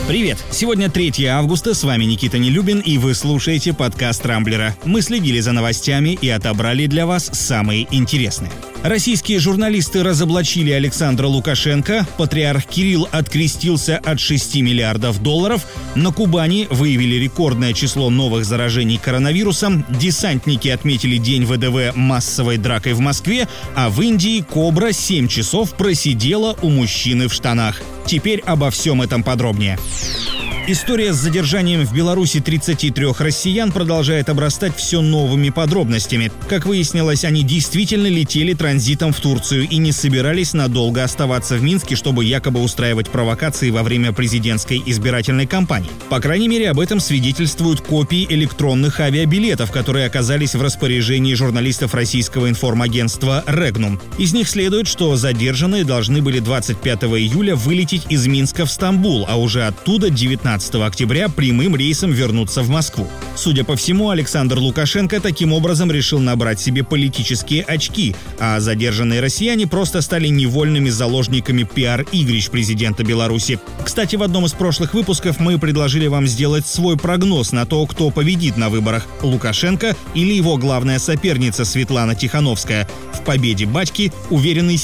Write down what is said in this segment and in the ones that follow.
Привет! Сегодня 3 августа, с вами Никита Нелюбин, и вы слушаете подкаст «Рамблера». Мы следили за новостями и отобрали для вас самые интересные. Российские журналисты разоблачили Александра Лукашенко, патриарх Кирилл открестился от $6 миллиардов, на Кубани выявили рекордное число новых заражений коронавирусом, десантники отметили День ВДВ массовой дракой в Москве, а в Индии кобра 7 часов просидела у мужчины в штанах. Теперь обо всем этом подробнее. История с задержанием в Беларуси 33 россиян продолжает обрастать все новыми подробностями. Как выяснилось, они действительно летели транзитом в Турцию и не собирались надолго оставаться в Минске, чтобы якобы устраивать провокации во время президентской избирательной кампании. По крайней мере, об этом свидетельствуют копии электронных авиабилетов, которые оказались в распоряжении журналистов российского информагентства «Регнум». Из них следует, что задержанные должны были 25 июля вылететь из Минска в Стамбул, а уже оттуда 19 октября прямым рейсом вернуться в Москву. Судя по всему, Александр Лукашенко таким образом решил набрать себе политические очки, а задержанные россияне просто стали невольными заложниками пиар-игрищ президента Беларуси. Кстати, в одном из прошлых выпусков мы предложили вам сделать свой прогноз на то, кто победит на выборах – Лукашенко или его главная соперница Светлана Тихановская. В победе батьки уверены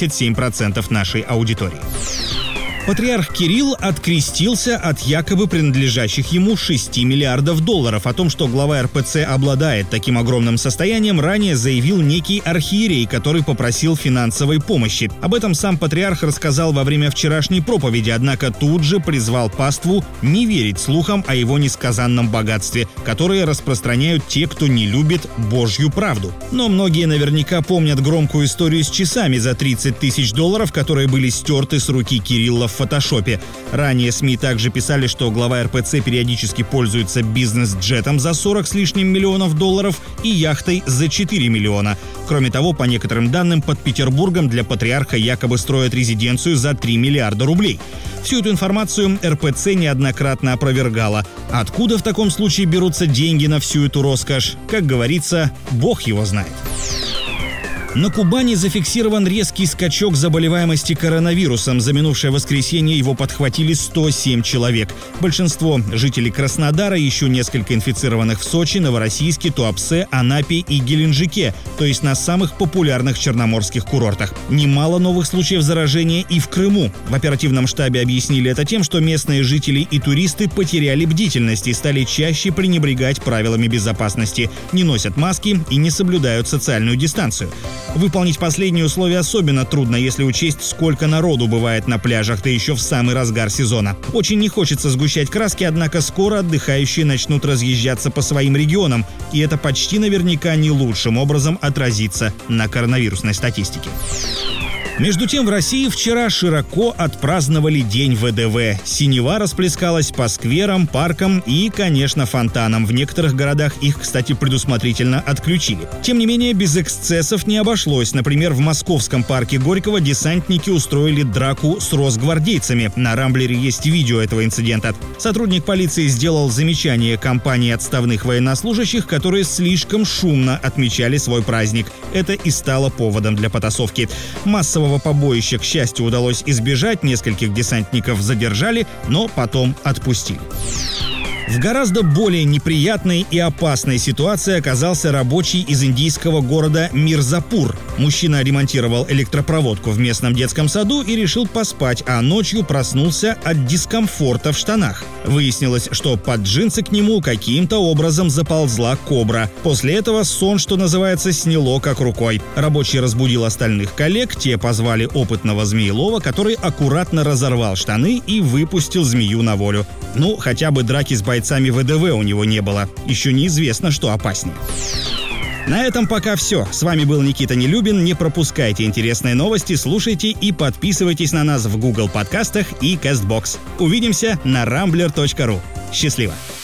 77% нашей аудитории. Патриарх Кирилл открестился от якобы принадлежащих ему $6 миллиардов. О том, что глава РПЦ обладает таким огромным состоянием, ранее заявил некий архиерей, который попросил финансовой помощи. Об этом сам патриарх рассказал во время вчерашней проповеди, однако тут же призвал паству не верить слухам о его несказанном богатстве, которые распространяют те, кто не любит Божью правду. Но многие наверняка помнят громкую историю с часами за $30 тысяч, которые были стерты с руки Кирилла в фотошопе. Ранее СМИ также писали, что глава РПЦ периодически пользуется бизнес-джетом за 40 с лишним миллионов долларов и яхтой за 4 миллиона. Кроме того, по некоторым данным, под Петербургом для патриарха якобы строят резиденцию за 3 миллиарда рублей. Всю эту информацию РПЦ неоднократно опровергала. Откуда в таком случае берутся деньги на всю эту роскошь? Как говорится, Бог его знает. На Кубани зафиксирован резкий скачок заболеваемости коронавирусом. За минувшее воскресенье его подхватили 107 человек. Большинство – жителей Краснодара, еще несколько инфицированных в Сочи, Новороссийске, Туапсе, Анапе и Геленджике, то есть на самых популярных черноморских курортах. Немало новых случаев заражения и в Крыму. В оперативном штабе объяснили это тем, что местные жители и туристы потеряли бдительность и стали чаще пренебрегать правилами безопасности, не носят маски и не соблюдают социальную дистанцию. Выполнить последние условия особенно трудно, если учесть, сколько народу бывает на пляжах, да еще в самый разгар сезона. Очень не хочется сгущать краски, однако скоро отдыхающие начнут разъезжаться по своим регионам, и это почти наверняка не лучшим образом отразится на коронавирусной статистике. Между тем, в России вчера широко отпраздновали День ВДВ. Синева расплескалась по скверам, паркам и, конечно, фонтанам. В некоторых городах их, кстати, предусмотрительно отключили. Тем не менее, без эксцессов не обошлось. Например, в московском парке Горького десантники устроили драку с росгвардейцами. На Рамблере есть видео этого инцидента. Сотрудник полиции сделал замечание компании отставных военнослужащих, которые слишком шумно отмечали свой праздник. Это и стало поводом для потасовки. Массового побоища, к счастью, удалось избежать, нескольких десантников задержали, но потом отпустили. В гораздо более неприятной и опасной ситуации оказался рабочий из индийского города Мирзапур. Мужчина ремонтировал электропроводку в местном детском саду и решил поспать, а ночью проснулся от дискомфорта в штанах. Выяснилось, что под джинсы к нему каким-то образом заползла кобра. После этого сон, что называется, сняло как рукой. Рабочий разбудил остальных коллег, те позвали опытного змеелова, который аккуратно разорвал штаны и выпустил змею на волю. Ну, хотя бы драки с бойцами ВДВ у него не было. Еще неизвестно, что опаснее. На этом пока все. С вами был Никита Нелюбин. Не пропускайте интересные новости, слушайте и подписывайтесь на нас в Google подкастах и CastBox. Увидимся на rambler.ru. Счастливо!